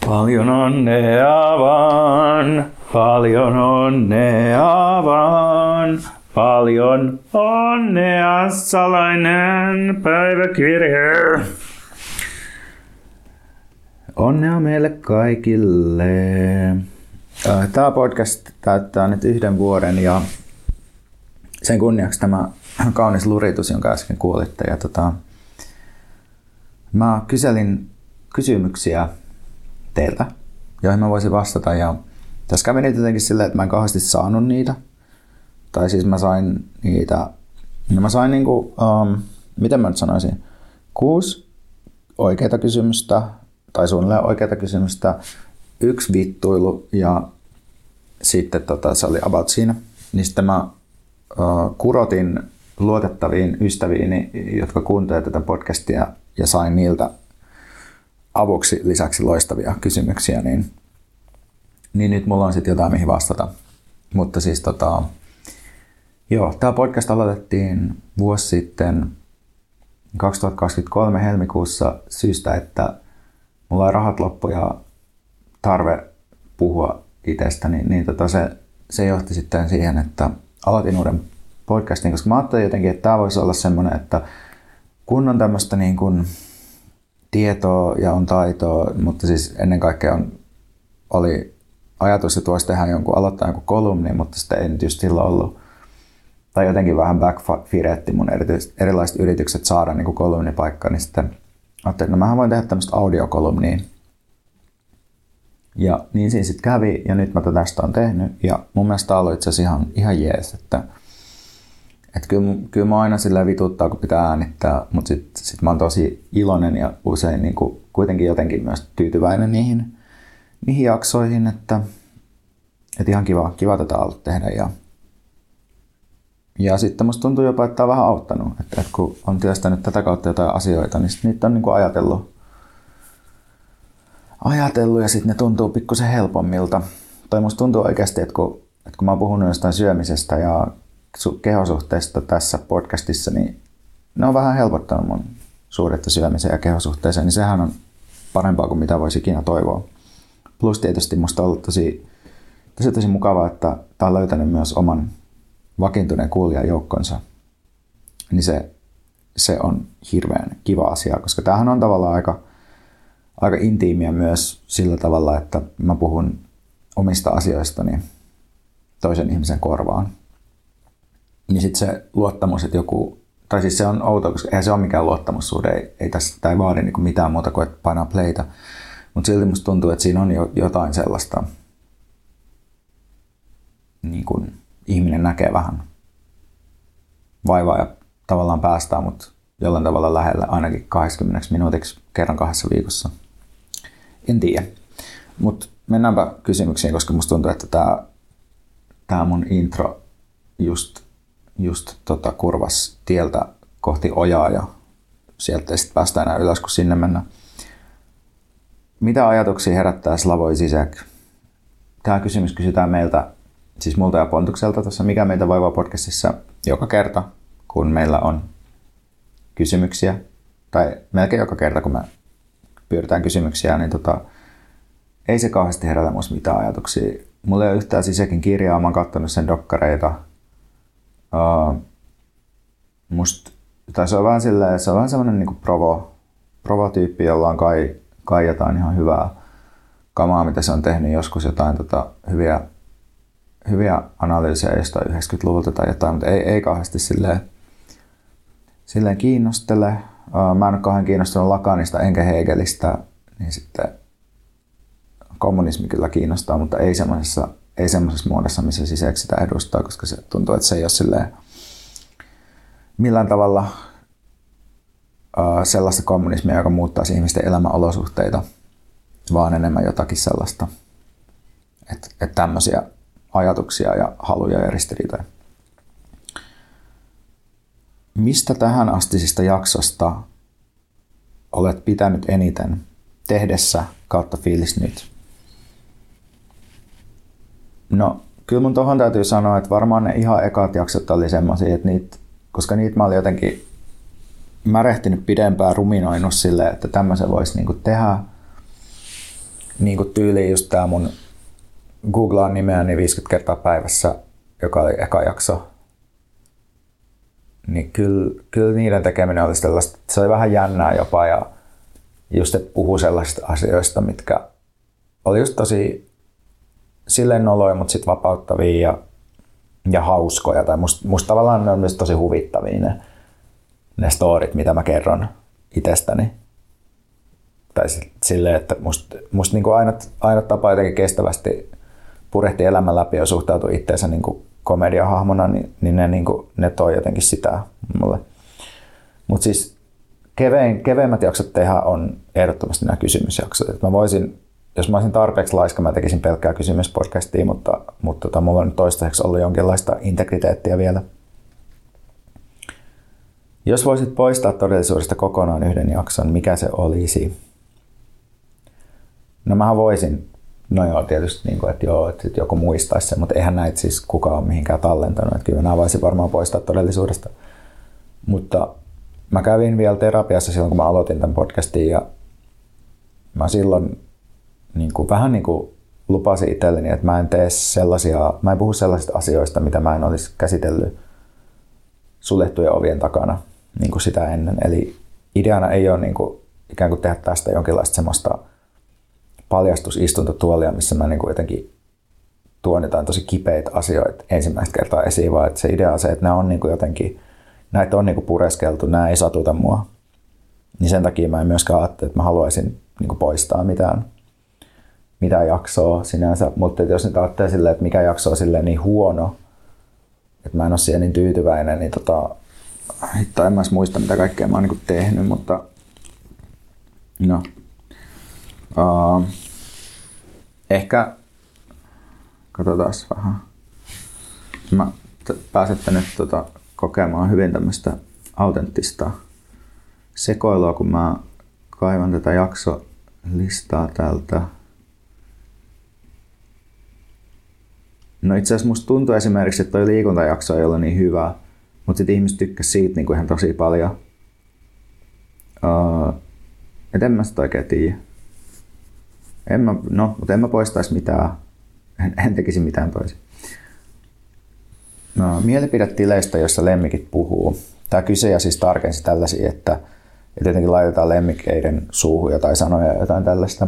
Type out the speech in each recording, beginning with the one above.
Paljon onnea vaan, paljon onnea vaan, paljon onnea salainen päiväkirja. Onnea meille kaikille. Tämä podcast täyttää nyt 1 vuoden ja sen kunniaksi tämä kaunis luritus, jonka äsken kuulitte. Ja mä kyselin kysymyksiä teiltä, joihin mä voisin vastata. Ja tässä kävi nyt jotenkin silleen, että mä en kauheasti saanut niitä. Tai siis mä sain niitä, miten mä nyt sanoisin, 6 oikeita kysymystä, tai suunnilleen oikeita kysymystä, 1 vittuilu ja sitten se oli about siinä. Niin sitten mä kurotin luotettaviin ystäviini, jotka kuuntelevat tätä podcastia ja sain niiltä avuksi lisäksi loistavia kysymyksiä, niin nyt mulla on sitten jotain mihin vastata. Mutta siis tämä podcast aloitettiin vuosi sitten 2023 helmikuussa syystä, että mulla on rahat loppu ja tarve puhua itsestäni, se johti sitten siihen, että aloitin uuden podcastin, koska mä ajattelin jotenkin, että tämä voisi olla semmoinen, että kun on tämmöistä niin kuin tietoa ja on taitoa, mutta siis ennen kaikkea oli ajatus, että voisi aloittaa jonkun kolumni, mutta sitä ei nyt just silloin ollut. Tai jotenkin vähän backfiretti mun erilaiset yritykset saada niin kuin kolumnipaikka, niin sitten ajattelin, että mähän voin tehdä tämmöistä audiokolumnia. Ja niin siinä sitten kävi, ja nyt mä tästä on tehnyt, ja mun mielestä tää on ollut itse asiassa ihan jees, että kyllä mä aina silleen vituttaa, kun pitää äänittää, mutta sit mä oon tosi iloinen ja usein niin kuin kuitenkin jotenkin myös tyytyväinen niihin jaksoihin, että ihan kiva tätä on ollut tehdä. Ja sitten musta tuntuu jopa, että tää on vähän auttanut, että kun on työstänyt tätä kautta jotain asioita, niin sit niitä on niin kuin ajatellut ja sitten ne tuntuu pikkusen helpommilta. Tai musta tuntuu oikeasti, että kun mä oon puhunut jostain syömisestä ja kehosuhteista tässä podcastissa, niin ne on vähän helpottanut mun suhdetta syömiseen ja kehosuhteeseen, niin sehän on parempaa kuin mitä voisi ikinä toivoa. Plus tietysti musta on ollut tosi mukavaa, että tää on löytänyt myös oman vakiintuneen kuulijajoukkonsa. Niin se on hirveän kiva asia, koska tämähän on tavallaan aika intiimiä myös sillä tavalla, että mä puhun omista asioistani toisen ihmisen korvaan. Niin sitten se luottamus, että tai siis se on outo, koska eihän se ole mikään luottamussuhde, tämä ei vaadi niinku mitään muuta kuin että painaa playtä. Mutta silti musta tuntuu, että siinä on jotain sellaista, niin kuin ihminen näkee vähän vaivaa ja tavallaan päästää mut jollain tavalla lähellä ainakin 20 minuutiksi kerran 2 viikossa. En tiedä. Mutta mennäänpä kysymyksiin, koska musta tuntuu, että tää mun intro just kurvas tieltä kohti ojaa ja sieltä ei sitten päästä enää ylös, kun sinne mennään. Mitä ajatuksia herättää Slavoj Zizek? Tämä kysymys kysytään meiltä, siis multa ja Pontukselta tuossa Mikä meitä vaivaa podcastissa joka kerta, kun meillä on kysymyksiä, tai melkein joka kerta, kun me pyydetään kysymyksiä, niin ei se kauheasti herätä musta mitään ajatuksia. Mulla ei ole yhtään Zizekin kirjaa, mä oon katsonut sen dokkareita. Se on vähän semmoinen niinku provo-tyyppi, jolla on kai jotain ihan hyvää kamaa, mitä se on tehnyt joskus jotain hyviä analyysejä jostain 90-luvulta tai jotain, mutta ei kauheasti silleen kiinnostele. Mä en ole kauhean kiinnostunut Lacanista enkä Hegelistä, niin sitten kommunismi kyllä kiinnostaa, mutta ei semmoisessa muodossa, missä Zizek sitä edustaa, koska se tuntuu, että se ei ole silleen millään tavalla sellaista kommunismia, joka muuttaisi ihmisten elämänolosuhteita, vaan enemmän jotakin sellaista, että tämmöisiä ajatuksia ja haluja ja ristiriitoja. Mistä tähän astisista jaksosta olet pitänyt eniten tehdessä kautta fiilis nyt? No, kyllä mun tohon täytyy sanoa, että varmaan ne ihan ekat jaksot oli semmosia, että koska niitä mä olin jotenkin märehtinyt pidempään, ruminoinut silleen, että tämmöisen voisi niinku tehdä. niin kuin tyyliin just tää mun googlaan nimeäni 50 kertaa päivässä, joka oli eka jakso. Niin kyllä niiden tekeminen oli sellaista, se oli vähän jännää jopa ja just että puhuu sellaisista asioista, mitkä oli just tosi silleen noloja, mutta sitten vapauttavia ja hauskoja. Tai musta tavallaan ne on myös tosi huvittavia ne storit, mitä mä kerron itsestäni. Tai silleen, että musta niinku ainut tapa jotenkin kestävästi purehti elämän läpi ja suhtautui itseensä niinku komediahahmona, niin ne toi jotenkin sitä mulle. Mutta siis keveimmät jaksot tehdä on ehdottomasti nämä kysymysjaksot. Et jos mä olisin tarpeeksi laiska, mä tekisin pelkkää kysymyspodcastia, mutta mulla on nyt toistaiseksi ollut jonkinlaista integriteettiä vielä. Jos voisit poistaa todellisuudesta kokonaan yhden jakson, mikä se olisi? No mähän voisin. No joo, tietysti, että joku muistaisi sen, mutta eihän näitä siis kukaan ole mihinkään tallentanut. Että kyllä nämä voisin varmaan poistaa todellisuudesta. Mutta mä kävin vielä terapiassa silloin, kun mä aloitin tämän podcastin ja mä silloin vähän lupasin itselleni, että mä en puhu sellaisista asioista, mitä mä en olisi käsitellyt suljettujen ovien takana niin kuin sitä ennen. Eli ideana ei ole ikään kuin tehdä tästä jonkinlaista semmoista paljastusistuntotuolia, missä mä jotenkin tuon jotain tosi kipeitä asioita ensimmäistä kertaa esiin, vaan että se idea on se, että nämä on näitä on pureskeltu, nämä ei satuta mua. Niin sen takia mä en myöskään ajattele, että mä haluaisin poistaa mitään jaksoa sinänsä, mutta jos nyt ajattelee silleen, että mikä jakso on silleen niin huono, että mä en ole siihen niin tyytyväinen, niin en mä edes muista, mitä kaikkea mä oon tehnyt, mutta no. Ehkä katsotaan vähän. Mä pääsette nyt kokemaan hyvin tämmöistä autenttista sekoilua, kun mä kaivan tätä jaksolistaa täältä. No itse asiassa musta tuntuu esimerkiksi, että toi liikuntajakso ei ole niin hyvä, mutta sit ihmiset tykkäs siitä ihan tosi paljon. Et en mä sitä oikein tiedä. Mutta en mä poistaisi mitään. En tekisi mitään toisin. No, mielipidetileistä, jossa lemmikit puhuu. Tämä kysyjä siis tarkensi tällaisia, että jotenkin laitetaan lemmikeiden suuhun jotain sanoja ja jotain tällaista.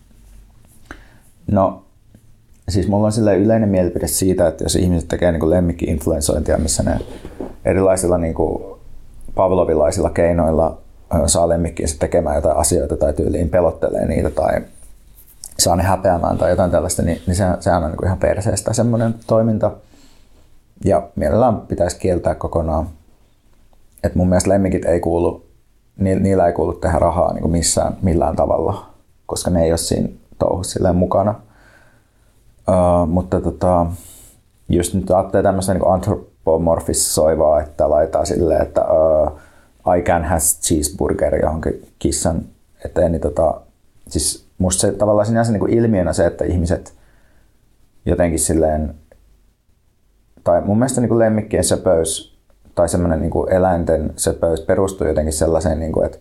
No, siis mulla on silleen yleinen mielipide siitä, että jos ihmiset tekee lemmikki-influensointia, missä ne erilaisilla pavlovilaisilla keinoilla saa lemmikkiinsä tekemään jotain asioita tai tyyliin pelottelee niitä tai saa ne häpeämään tai jotain tällaista, niin sehän on ihan perseestä semmoinen toiminta. Ja mielellään pitäisi kieltää kokonaan. Että mun mielestä lemmikit ei kuulu, niillä ei kuulu tehdä rahaa millään tavalla, koska ne ei ole siinä touhussa silleen mukana. Mutta just nyt ajattelee tämmöistä antropomorfisoivaa, että laitetaan silleen, että I can has cheeseburger johonkin kissan eteen, niin siis musta se tavallaan sinänsä ilmiönä se, että ihmiset jotenkin silleen, tai mun mielestä lemmikkien söpöys tai semmoinen eläinten söpöys perustuu jotenkin sellaiseen,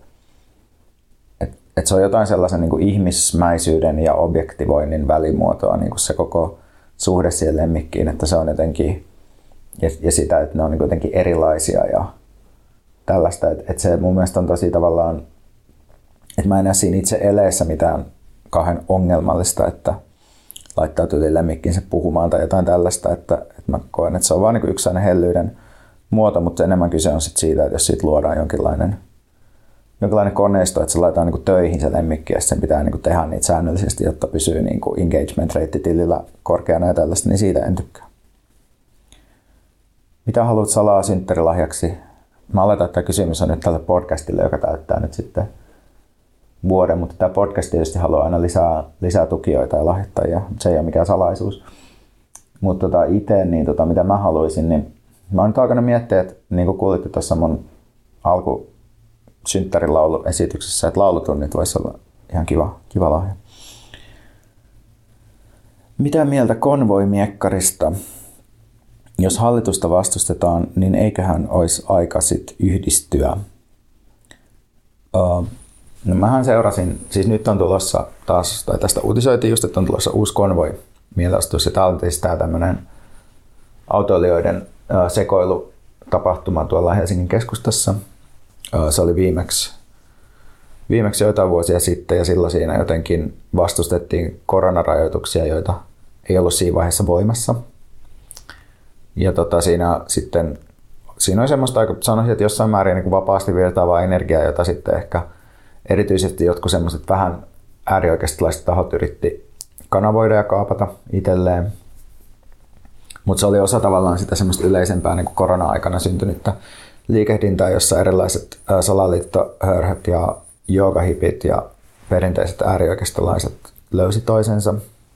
että se on jotain sellaisen ihmismäisyyden ja objektivoinnin välimuotoa, se koko suhde siihen lemmikkiin, että se on jotenkin, ja sitä, että ne on jotenkin erilaisia ja tällaista, että se mun mielestä on tosi tavallaan, että mä en näe siinä itse eleessä mitään kauhean ongelmallista, että laittaa tyyliin lemmikkinsä puhumaan tai jotain tällaista, että mä koen, että se on vaan yksi aina hellyyden muoto, mutta enemmän kyse on sit siitä, että jos siitä luodaan jonkinlainen koneisto, että se laitetaan töihin se lemmikki ja sen pitää tehdä niitä säännöllisesti, jotta pysyy engagement rate tilillä korkeana ja tällaista, niin siitä en tykkää. Mitä haluat salaa synttärilahjaksi? Mä oletan, että tämä kysymys on nyt tälle podcastille, joka täyttää nyt sitten vuoden, mutta tämä podcast tietysti haluaa aina lisää tukijoita ja lahjoittajia, se ei ole mikään salaisuus. Mutta itse, niin mitä mä haluaisin, niin mä oon nyt alkanut miettiä, että niin kuin kuulitte tuossa mun synttärilauluesityksessä, että laulutunnit voisi olla ihan kiva lahja. Mitä mieltä konvoimiekkarista? Jos hallitusta vastustetaan, niin eiköhän olisi aika sit yhdistyä. No mähän seurasin, siis nyt on tulossa taas, tai tästä uutisoitiin just, että on tulossa uusi konvoi-mielenosoitus, ja tää on siis tää tämmönen autoilijoiden sekoilutapahtuma tuolla Helsingin keskustassa. Se oli viimeksi joitain vuosia sitten, ja silloin siinä jotenkin vastustettiin koronarajoituksia, joita ei ollut siinä vaiheessa voimassa. Ja siinä on semmoista, sanoisin, että jossain määrin niin vapaasti virtaavaa energiaa, jota sitten ehkä erityisesti jotkut semmoiset vähän äärioikeistolaiset tahot yritti kanavoida ja kaapata itselleen. Mutta se oli osa tavallaan sitä semmoista yleisempää niin kuin korona-aikana syntynyttä liikehdintää, jossa erilaiset salaliittohörhöt ja joogahipit ja perinteiset äärioikeistolaiset löysi toisensa.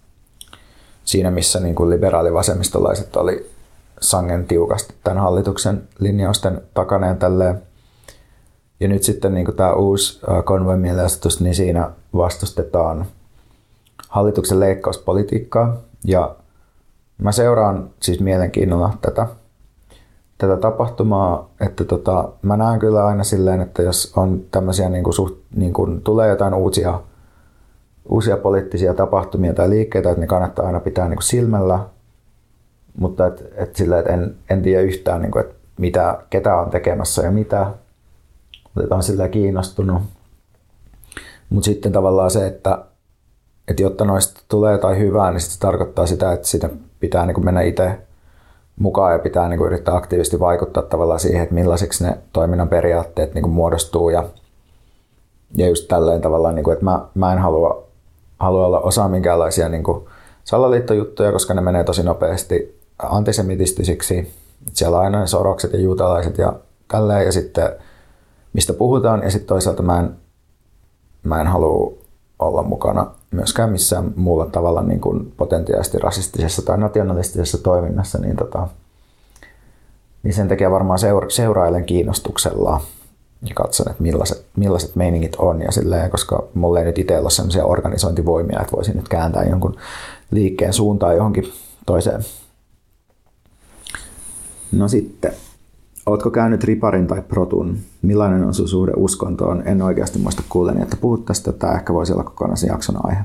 Siinä missä niin kuin liberaalivasemmistolaiset oli sangen tiukasti tämän hallituksen linjausten takana ja tälleen. Ja nyt sitten niin kuin tämä uusi konvoimielenosoitus, niin siinä vastustetaan hallituksen leikkauspolitiikkaa. Ja mä seuraan siis mielenkiinnolla tätä tapahtumaa, että mä näen kyllä aina silleen, että jos on tämmöisiä niin kuin tulee jotain uusia poliittisia tapahtumia tai liikkeitä, että ne kannattaa aina pitää niin kuin silmällä, mutta en tiedä yhtään, niin kuin, että ketä on tekemässä ja mitä, mutta on silleen kiinnostunut. Mutta sitten tavallaan se, että jotta noista tulee jotain hyvää, niin se tarkoittaa sitä, että sitä pitää niin kuin mennä itse mukaan ja pitää niin kuin yrittää aktiivisesti vaikuttaa tavallaan siihen, että millaiseksi ne toiminnan periaatteet niin kuin muodostuu ja just tälleen tavallaan, niin kuin, että mä en halua olla osa minkäänlaisia niin kuin salaliittojuttuja, koska ne menee tosi nopeasti antisemitistisiksi. Siellä on aina ne sorokset ja juutalaiset ja tälleen ja sitten mistä puhutaan ja sitten toisaalta mä en halua olla mukana myöskään missään muulla tavalla niin kuin potentiaalisesti rasistisessa tai nationalistisessa toiminnassa, niin sen takia varmaan seurailen kiinnostuksella ja katson, että millaiset meiningit on ja silleen, koska mulla ei nyt itse ole sellaisia organisointivoimia, että voisin nyt kääntää jonkun liikkeen suuntaan johonkin toiseen. No sitten, ootko käynyt riparin tai protun? Millainen on sun suhde uskontoon? En oikeasti muista kuuleni, että puhut tästä. Tämä ehkä voisi olla kokonaisen jakson aihe.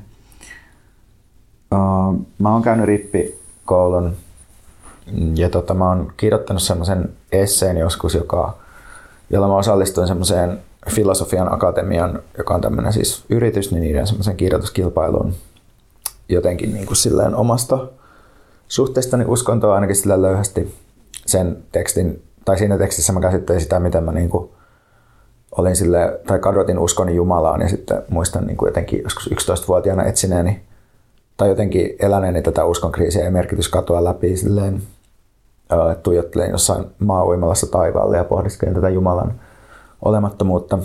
Mä oon käynyt rippikoulun ja mä oon kirjoittanut semmoisen esseen joskus, jolla mä osallistuin semmoiseen Filosofian Akatemian, joka on tämmöinen siis yritys, niin niiden semmoisen kirjoituskilpailuun jotenkin niin kuin silleen omasta suhteestani uskontoa ainakin sillä löyhästi sen tekstin, tai siinä tekstissä mä käsittelin sitä, miten mä niin kuin olin silleen, tai kadotin uskoni Jumalaan ja sitten muistan niin kuin jotenkin joskus 11-vuotiaana etsineeni tai jotenkin eläneeni tätä uskonkriisiä ja merkityskatoa läpi silleen, että tuijottelin jossain maa-uimalassa taivaalle ja pohdiskelin tätä Jumalan olemattomuutta.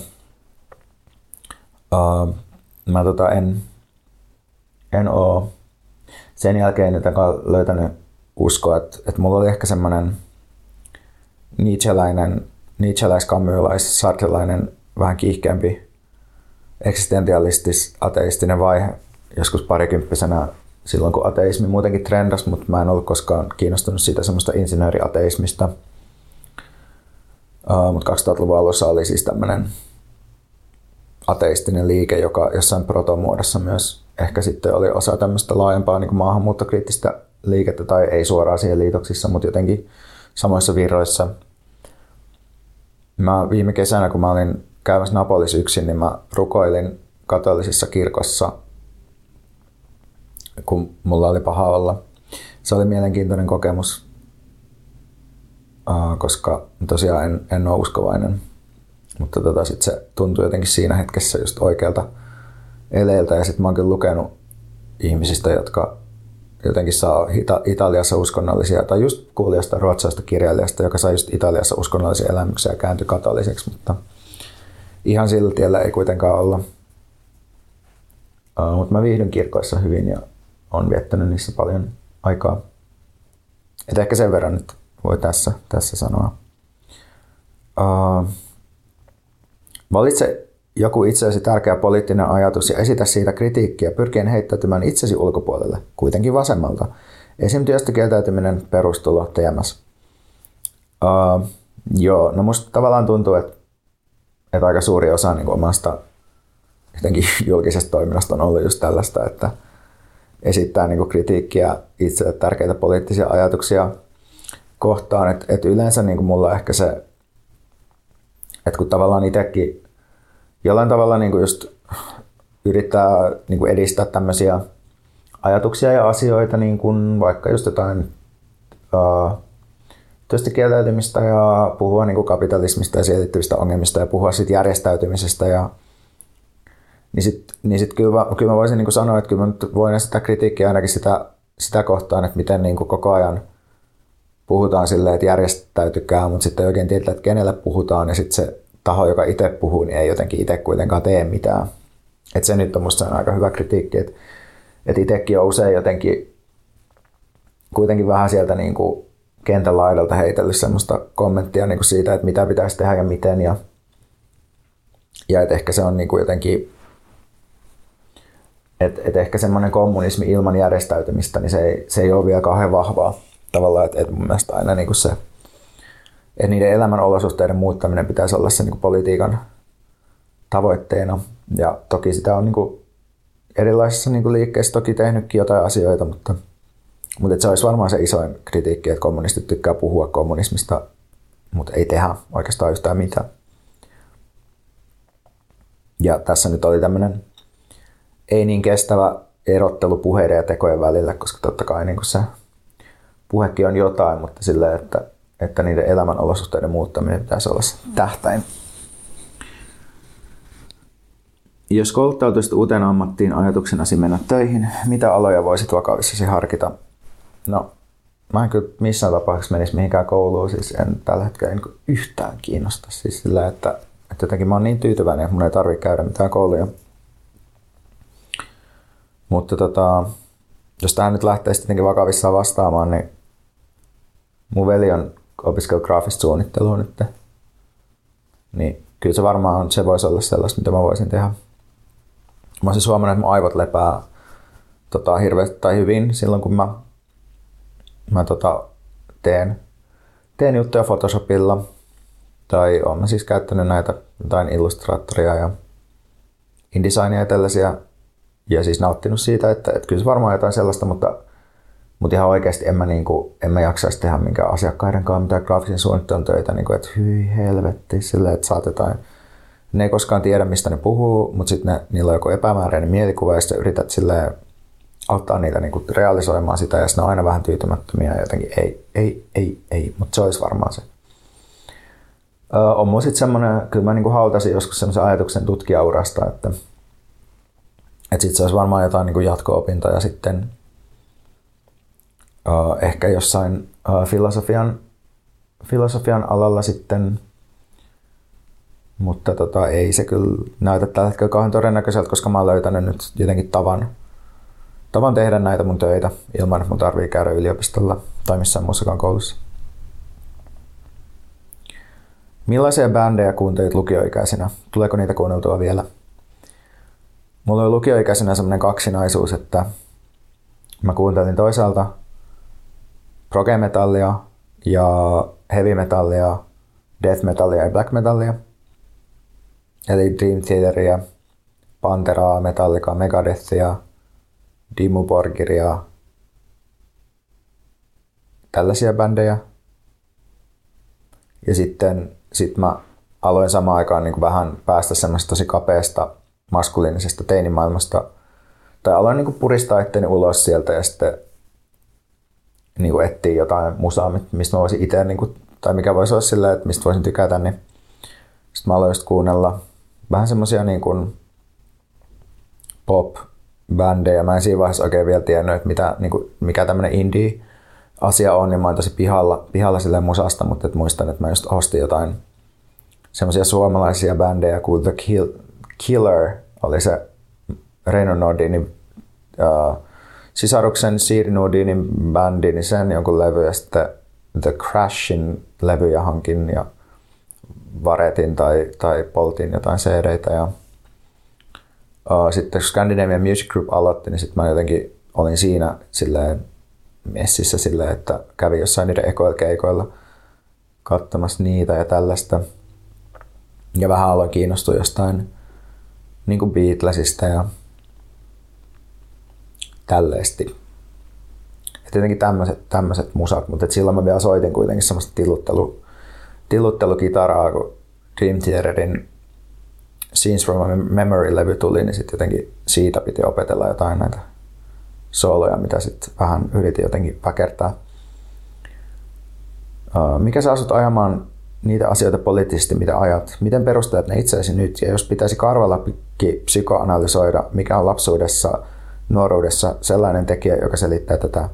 Mä en oo sen jälkeen jotenkaan löytänyt uskoa, että mulla oli ehkä semmoinen Nietzscheläis-camuselais, sartelainen, vähän kiihkeämpi eksistentialistis-ateistinen vaihe joskus parikymppisenä silloin, kun ateismi muutenkin trendasi, mutta mä en ollut koskaan kiinnostunut siitä semmoista insinööriateismista. Mutta 2000-luvun alussa oli siis tämmöinen ateistinen liike, joka jossain protomuodossa myös ehkä sitten oli osa tämmöistä laajempaa niin kuin maahanmuuttokriittistä liikettä, tai ei suoraan siihen liitoksissa, mutta jotenkin samoissa virroissa. Mä viime kesänä, kun mä olin käymässä Napolissa yksin, niin mä rukoilin katolisessa kirkossa, kun mulla oli paha olla. Se oli mielenkiintoinen kokemus, koska tosiaan en ole uskovainen, mutta sit se tuntui jotenkin siinä hetkessä just oikealta eleiltä. Ja sitten mä oon kyllä lukenut ihmisistä, jotka jotenkin saa Italiassa uskonnollisia, tai just kuulin jostain ruotsalaisesta kirjailijasta, joka sai just Italiassa uskonnollisia elämyksiä ja kääntyi katoliseksi, mutta ihan sillä tiellä ei kuitenkaan olla. Mutta mä viihdyn kirkoissa hyvin ja olen viettänyt niissä paljon aikaa. Et ehkä sen verran nyt voi tässä sanoa. Valitse joku itsellesi tärkeä poliittinen ajatus ja esitä siitä kritiikkiä pyrkien heittäytymään itsesi ulkopuolelle, kuitenkin vasemmalta. Esim. Työstä kieltäytyminen, perustulo, TMS. Joo, no musta tavallaan tuntuu, että aika suuri osa niin omasta jotenkin julkisesta toiminnasta on ollut just tällaista, että esittää niin kuin kritiikkiä itselle tärkeitä poliittisia ajatuksia kohtaan. Et yleensä niin kuin mulla ehkä se, että kun tavallaan itsekin jollain tavalla niin kuin just yrittää niin kuin edistää tämmöisiä ajatuksia ja asioita, niin kuin vaikka just jotain työstä kieltäytymistä ja puhua niin kuin kapitalismista ja siihen liittyvistä ongelmista ja puhua sit järjestäytymisestä. Niin sit kyllä mä voisin niin kuin sanoa, että kyllä mä nyt voin esittää kritiikkiä ainakin sitä kohtaan, että miten niin kuin koko ajan puhutaan silleen, että järjestäytykää, mutta sitten ei oikein tiedä, että kenelle puhutaan ja sitten se taho, joka itse puhuu, niin ei jotenkin itse kuitenkaan tee mitään. Että se nyt on musta aika hyvä kritiikki, että itsekin on usein jotenkin kuitenkin vähän sieltä niin kuin kentän laidalta heitellyt semmoista kommenttia niin kuin siitä, että mitä pitäisi tehdä ja miten. Ja että ehkä se on niin kuin jotenkin, että ehkä semmoinen kommunismi ilman järjestäytymistä, niin se ei ole vielä kauhean vahvaa tavallaan, että mun mielestä aina niin kuin se, että niiden elämän olosuhteiden muuttaminen pitäisi olla se niin kuin politiikan tavoitteena. Ja toki sitä on niin kuin erilaisissa niin kuin liikkeissä toki tehnytkin jotain asioita, mutta se olisi varmaan se isoin kritiikki, että kommunistit tykkää puhua kommunismista, mutta ei tehdä oikeastaan yhtään mitään. Ja tässä nyt oli tämmöinen ei niin kestävä erottelu puheiden ja tekojen välillä, koska totta kai niin kuin se puhekin on jotain, mutta silleen, että niiden elämän olosuhteiden muuttaminen pitäisi olla se tähtäin. Jos kouluttautuisit uuteen ammattiin ajatuksenasi mennä töihin, mitä aloja voisit vakavissasi harkita? No, mä en kyllä missään tapauksessa menisi mihinkään kouluun, siis en tällä hetkellä niin yhtään kiinnosta. Siis sillä, että jotenkin mä oon niin tyytyväinen, että mun ei tarvitse käydä mitään kouluja. Mutta jos tähän nyt lähtee sitten vakavissaan vastaamaan, niin mun veli on opiskellut graafista suunnittelua nyt. Niin kyllä se varmaan se voisi olla sellaista, mitä mä voisin tehdä. Mä olisin huomannut, että mun aivot lepää hirveästi tai hyvin silloin, kun mä teen juttuja Photoshopilla. Tai oon mä siis käyttänyt näitä jotain Illustratoria ja InDesignia ja tällaisia. Ja siis nauttinut siitä, että kyllä se varmaan jotain sellaista, mutta ihan oikeasti en mä jaksaisi tehdä minkään asiakkaiden kanssa mitään graafisen suunnittelun töitä, niin kuin, että hyi helvetti, silleen, että saat jotain. Ne ei koskaan tiedä, mistä ne puhuu, mutta sitten niillä on joku epämääräinen mielikuva ja sitten yrität silleen auttaa niitä niin kuin realisoimaan sitä ja sitten ne on aina vähän tyytymättömiä ja jotenkin ei, mutta se olisi varmaan se. On mun sitten semmoinen, kyllä mä niin kuin hautasin joskus semmoisen ajatuksen tutkijaurasta, että sitten se olisi varmaan jotain niin kuin jatko-opintoja sitten ehkä jossain filosofian alalla sitten, mutta ei se kyllä näytä tällä hetkellä kauhean todennäköiseltä, koska mä oon löytänyt nyt jotenkin tavan tehdä näitä mun töitä ilman, että mun tarvii käydä yliopistolla tai missään muussakaan koulussa. Millaisia bändejä kuuntelit lukioikäisenä? Tuleeko niitä kuunneltua vielä? Mulla oli lukioikäisenä semmoinen kaksinaisuus, että mä kuuntelin toisaalta proge-metallia ja heavy-metallia, death-metallia ja black-metallia. Eli Dream Theateria, Panteraa, Metallicaa, Megadethia, Dimmu Borgiria, tällaisia bändejä. Ja sitten mä aloin samaan aikaan niin kuin vähän päästä semmoista tosi kapeasta maskuliinisesta teinimaailmasta. Tai aloin niin kuin puristaa itseäni ulos sieltä ja sitten niin kuin etsiä jotain musaa, mistä mä voisin itse, niin kuin, tai mikä voisi olla silleen, että mistä voisin tykätä. Niin sitten mä aloin just kuunnella vähän semmosia niin kuin pop-bändejä. Mä en siinä vaiheessa oikein vielä tiennyt, että mikä tämmönen indie-asia on, niin mä oon tosi pihalla silleen musasta, mutta et muistan, että mä just ostin jotain semmosia suomalaisia bändejä kuin The Killer, oli se Reino Nordinin sisaruksen Siiri Nordinin bändi, niin sen jonkun levy ja sitten The Crashin levyjä hankin ja varetin tai poltin jotain CD-tä ja sitten kun Scandinavian Music Group aloitti, niin sitten mä jotenkin olin siinä silleen messissä silleen, että kävin jossain niiden ekoilla keikoilla katsomassa niitä ja tällaista. Ja vähän aloin kiinnostua jostain niin kuin Beatlesista ja tälleesti. Et jotenkin tämmöiset musat, mutta silloin mä vielä soitin kuitenkin semmoista tilluttelukitaraa, kun Dream Theaterin Scenes from a Memory-levy tuli, niin sitten jotenkin siitä piti opetella jotain näitä sooloja, mitä sitten vähän yritin jotenkin väkertää. Mikä sä asut ajamaan niitä asioita poliittisesti, mitä ajat? Miten perustelet ne itseäsi nyt? Ja jos pitäisi karvalla psykoanalysoida, mikä on lapsuudessa, nuoruudessa sellainen tekijä, joka selittää tätä?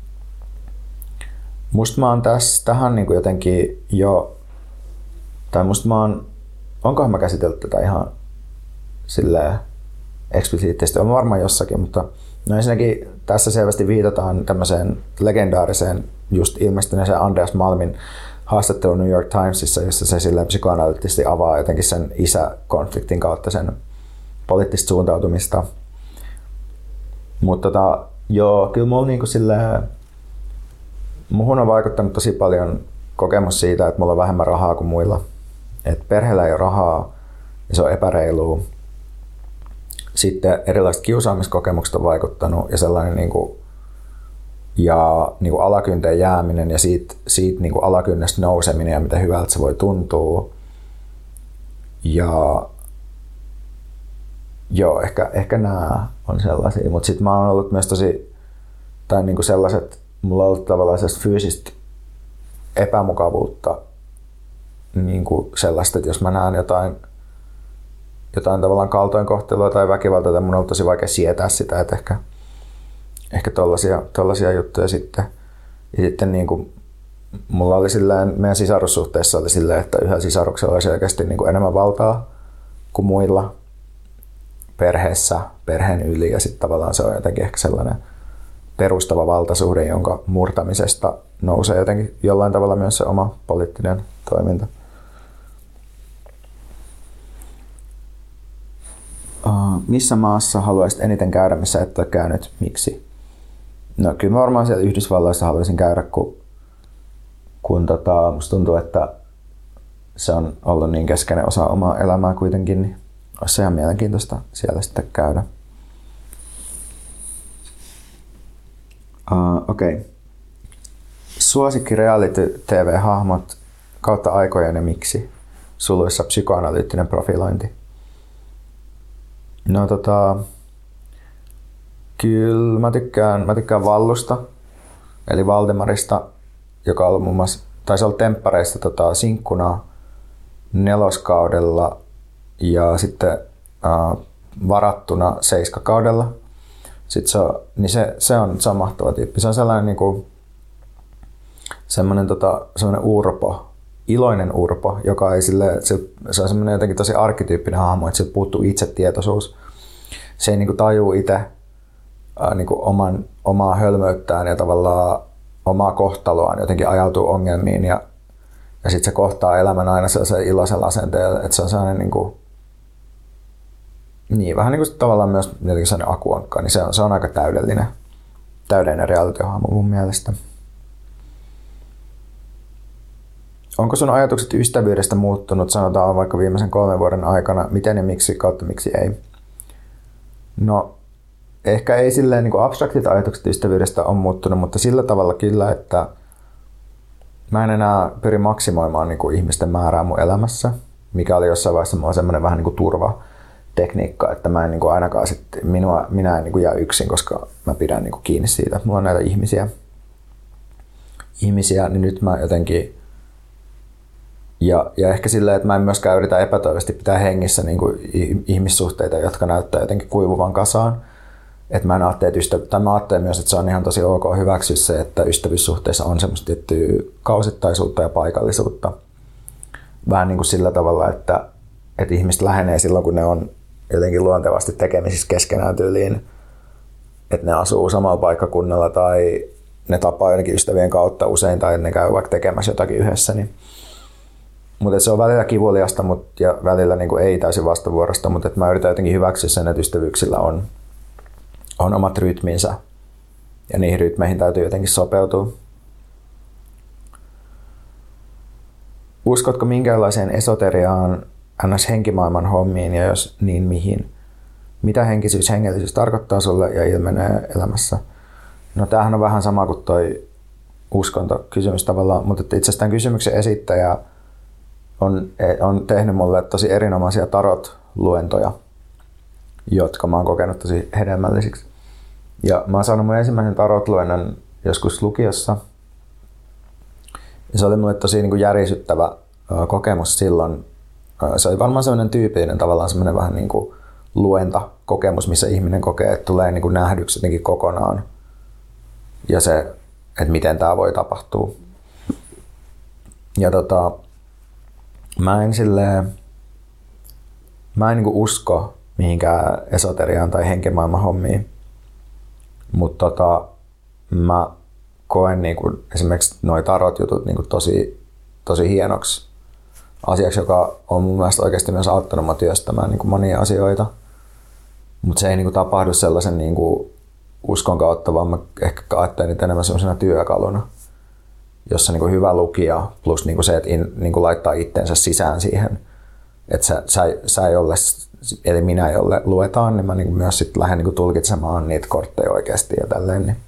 Musta mä oon tähän niin kuin jotenkin jo, tai musta mä oon, onkohan mä käsitellyt tätä ihan silleen eksplisiittisesti, on varmaan jossakin, mutta no ensinnäkin tässä selvästi viitataan tämmöiseen legendaariseen just ilmestyneeseen Andreas Malmin haastatteluun New York Timesissa, jossa se silleen psykoanalyyttisesti avaa jotenkin sen isäkonfliktin kautta sen poliittista suuntautumista. Mutta joo, kyllä mulla niinku silleen, muhun on vaikuttanut tosi paljon kokemus siitä, että mulla on vähemmän rahaa kuin muilla. Että perheellä ei ole rahaa ja se on epäreilua. Sitten erilaiset kiusaamiskokemukset on vaikuttanut ja sellainen niinku alakynteen jääminen ja siitä niinku alakynnestä nouseminen ja miten hyvältä se voi tuntua. Ja joo, ehkä nämä on sellaisia, mutta sitten mä oon ollut myös tosi, tai niinku sellaiset, mulla on ollut tavallaan sellaista fyysistä epämukavuutta, niinku sellaista, että jos mä näen jotain tavallaan kaltoinkohtelua tai väkivaltaa, mun on ollut tosi vaikea sietää sitä, että ehkä tollaisia juttuja sitten. Ja sitten niinku, mulla oli silleen, meidän sisarussuhteessa oli silleen, että yhdellä sisaruksella oli selkeästi niinku enemmän valtaa kuin muilla perheessä, perheen yli, ja sitten tavallaan se on jotenkin ehkä sellainen perustava valtasuhde, jonka murtamisesta nousee jotenkin jollain tavalla myös se oma poliittinen toiminta. Missä maassa haluaisit eniten käydä, missä et ole käynyt? Miksi? No kyllä mä varmaan siellä Yhdysvalloissa haluaisin käydä, kun musta tuntuu, että se on ollut niin keskeinen osa omaa elämää kuitenkin, niin olisi ihan mielenkiintoista siellä sitten käydä. Okei. Suosikki reality-tv-hahmot kautta aikojen ja miksi? Suluissa psykoanalyyttinen profilointi. No kyllä mä tykkään Vallusta, eli Valdemarista, joka on ollut muun muassa, taisi olla Temppareissa sinkkuna 4. kaudella ja sitten varattuna 7. kaudella. Sitten se on mahtava tyyppi. Se on sellainen niinku semmoinen urpo, iloinen urpo, joka ei se on semmoinen jotenkin tosi arkkityyppinen hahmo, että siltä puuttuu itsetietoisuus. Se ei niinku tajuu itse niinku omaa hölmöyttään ja tavallaan omaa kohtaloaan, jotenkin ajautuu ongelmiin ja sitten se kohtaa elämän aina sellaisen iloisella asenteella, että se on sellainen niinku, niin vähän niin kuin tavallaan myös jotenkin sellainen akuankka, niin se on aika täydellinen reality-hahmo mun mielestä. Onko sun ajatukset ystävyydestä muuttunut, sanotaan vaikka viimeisen 3 vuoden aikana, miten ja miksi kautta miksi ei? No ehkä ei silleen niin kuin abstraktit ajatukset ystävyydestä on muuttunut, mutta sillä tavalla kyllä, että mä en enää pyri maksimoimaan niin kuin ihmisten määrää mun elämässä, mikä oli jossain vaiheessa mulla semmoinen vähän niin kuin turvatekniikka, että mä en niin kuin ainakaan minä en niin kuin jää yksin, koska mä pidän niin kuin kiinni siitä, että mulla on näitä ihmisiä, niin nyt mä jotenkin ja ehkä silleen, että mä en myöskään yritä epätoivoisesti pitää hengissä niin kuin ihmissuhteita, jotka näyttää jotenkin kuivuvan kasaan. Että mä ajattelen myös, että se on ihan tosi ok hyväksyä se, että ystävyyssuhteissa on semmoista tiettyä kausittaisuutta ja paikallisuutta. Vähän niin kuin sillä tavalla, että ihmiset lähenee silloin, kun ne on jotenkin luontevasti tekemisissä keskenään tyyliin, että ne asuu samalla paikkakunnalla tai ne tapaa jotenkin ystävien kautta usein tai ne käy vaikka tekemässä jotakin yhdessä. Mutta se on välillä kivuliasta ja välillä niin kuin ei täysin vastavuorosta, mutta mä yritän jotenkin hyväksyä sen, että ystävyyksillä on omat rytminsä ja niihin rytmeihin täytyy jotenkin sopeutua. Uskotko minkälaiseen esoteriaan, ns. Henkimaailman hommiin ja jos niin mihin? mitä henkisyys, hengellisyys tarkoittaa sulle ja ilmenee elämässä. No tämähän on vähän sama kuin toi uskontokysymys tavallaan, mutta itse asiassa tämän kysymyksen esittäjä on tehnyt mulle tosi erinomaisia tarot-luentoja, jotka mä oon kokenut tosi hedelmällisiksi. Ja mä oon saanut mun ensimmäisen tarot-luennon joskus lukiossa. Ja se oli mulle tosi niin kuin järisyttävä kokemus silloin. Se oli varmaan sellainen tyypillinen tavallaan sellainen vähän niin kuin luentakokemus, missä ihminen kokee, että tulee niin kuin nähdyksi jotenkin kokonaan. Ja se, että miten tämä voi tapahtua. Ja mä en niin kuin usko mihinkään esoteriaan tai henkimaailman hommiin. Mutta mä koen niin kuin esimerkiksi noi tarot-jutut niin kuin tosi hienoksi asiaksi, joka on mun mielestä oikeasti myös auttanut mua työstämään niin kuin monia asioita. Mutta se ei niin kuin tapahdu sellaisen niin kuin uskon kautta, vaan mä ehkä ajattelen niitä enemmän sellaisena työkaluna, jossa niin kuin hyvä lukija plus niin kuin se, että niin kuin laittaa itsensä sisään siihen, että sä jolle, eli minä jolle luetaan, niin mä niin kuin myös sit lähden niin kuin tulkitsemaan niitä kortteja oikeasti ja tälleen. Niin.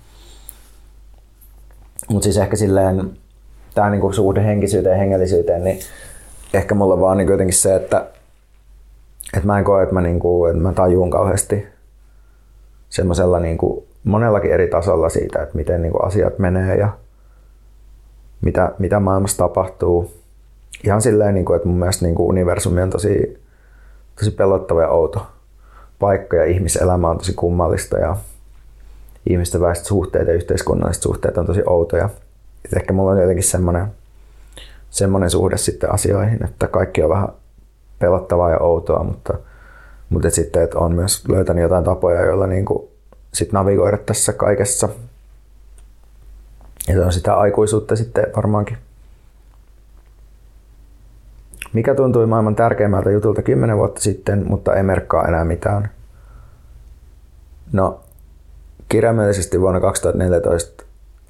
Mutta siis ehkä silleen, tää niin kuin suhde henkisyyteen ja hengellisyyteen, niin ehkä mulla vaan niin kuin jotenkin se, että mä en koe, että mä tajun kauheasti semmoisella niin kuin monellakin eri tasolla siitä, että miten niin kuin asiat menee ja mitä maailmassa tapahtuu. Ihan silleen, niin kuin, että mun mielestä niin kuin universumi on tosi pelottava ja outo paikka ja ihmiselämä on tosi kummallista ja ihmisten väliset suhteet ja yhteiskunnalliset suhteet on tosi outoja. Et ehkä mulla on jotenkin semmoinen suhde sitten asioihin, että kaikki on vähän pelottavaa ja outoa, mutta sitten että on myös löytänyt jotain tapoja, joilla niin kuin sit navigoida tässä kaikessa. Ja se on sitä aikuisuutta sitten varmaankin. Mikä tuntui maailman tärkeimmältä jutulta 10 vuotta sitten, mutta ei merkkaa enää mitään? No, kirjaimellisesti vuonna 2014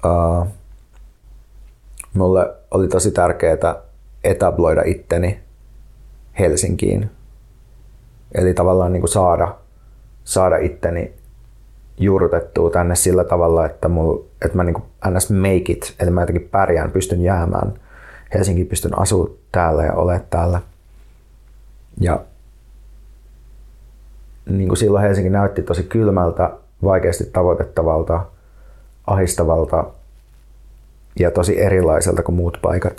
mulle oli tosi tärkeää etabloida itteni Helsinkiin. Eli tavallaan niin kuin saada itteni juurrutettua tänne sillä tavalla, että mä niin kuin ns. Make it, eli mä jotenkin pärjään, pystyn jäämään Helsinkiin, pystyn asumaan täällä ja olemaan täällä. Ja niin kuin silloin Helsinki näytti tosi kylmältä, vaikeasti tavoitettavalta, ahdistavalta ja tosi erilaiselta kuin muut paikat.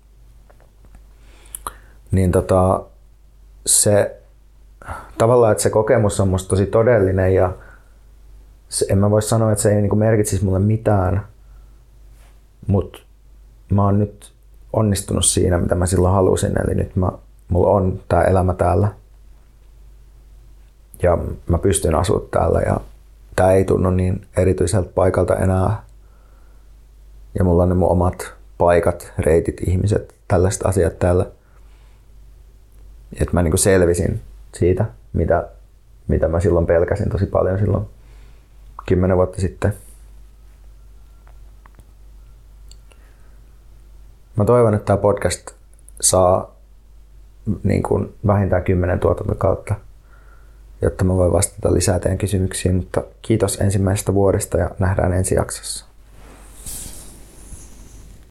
Niin se tavallaan, että se kokemus on musta tosi todellinen ja en mä voi sanoa, että se ei niin kuin merkitsisi mulle mitään, mutta mä oon nyt onnistunut siinä, mitä mä silloin halusin. Eli nyt mulla on tää elämä täällä ja mä pystyn asumaan täällä ja tää ei tunnu niin erityiseltä paikalta enää. Ja mulla on ne mun omat paikat, reitit, ihmiset, tällaiset asiat täällä. Että mä niinku selvisin siitä, mitä mä silloin pelkäsin tosi paljon silloin 10 vuotta sitten. Mä toivon, että tämä podcast saa niin kuin vähintään 10 tuotantokautta, jotta mä voin vastata lisää teidän kysymyksiin. Mutta kiitos ensimmäisestä vuodesta ja nähdään ensi jaksossa.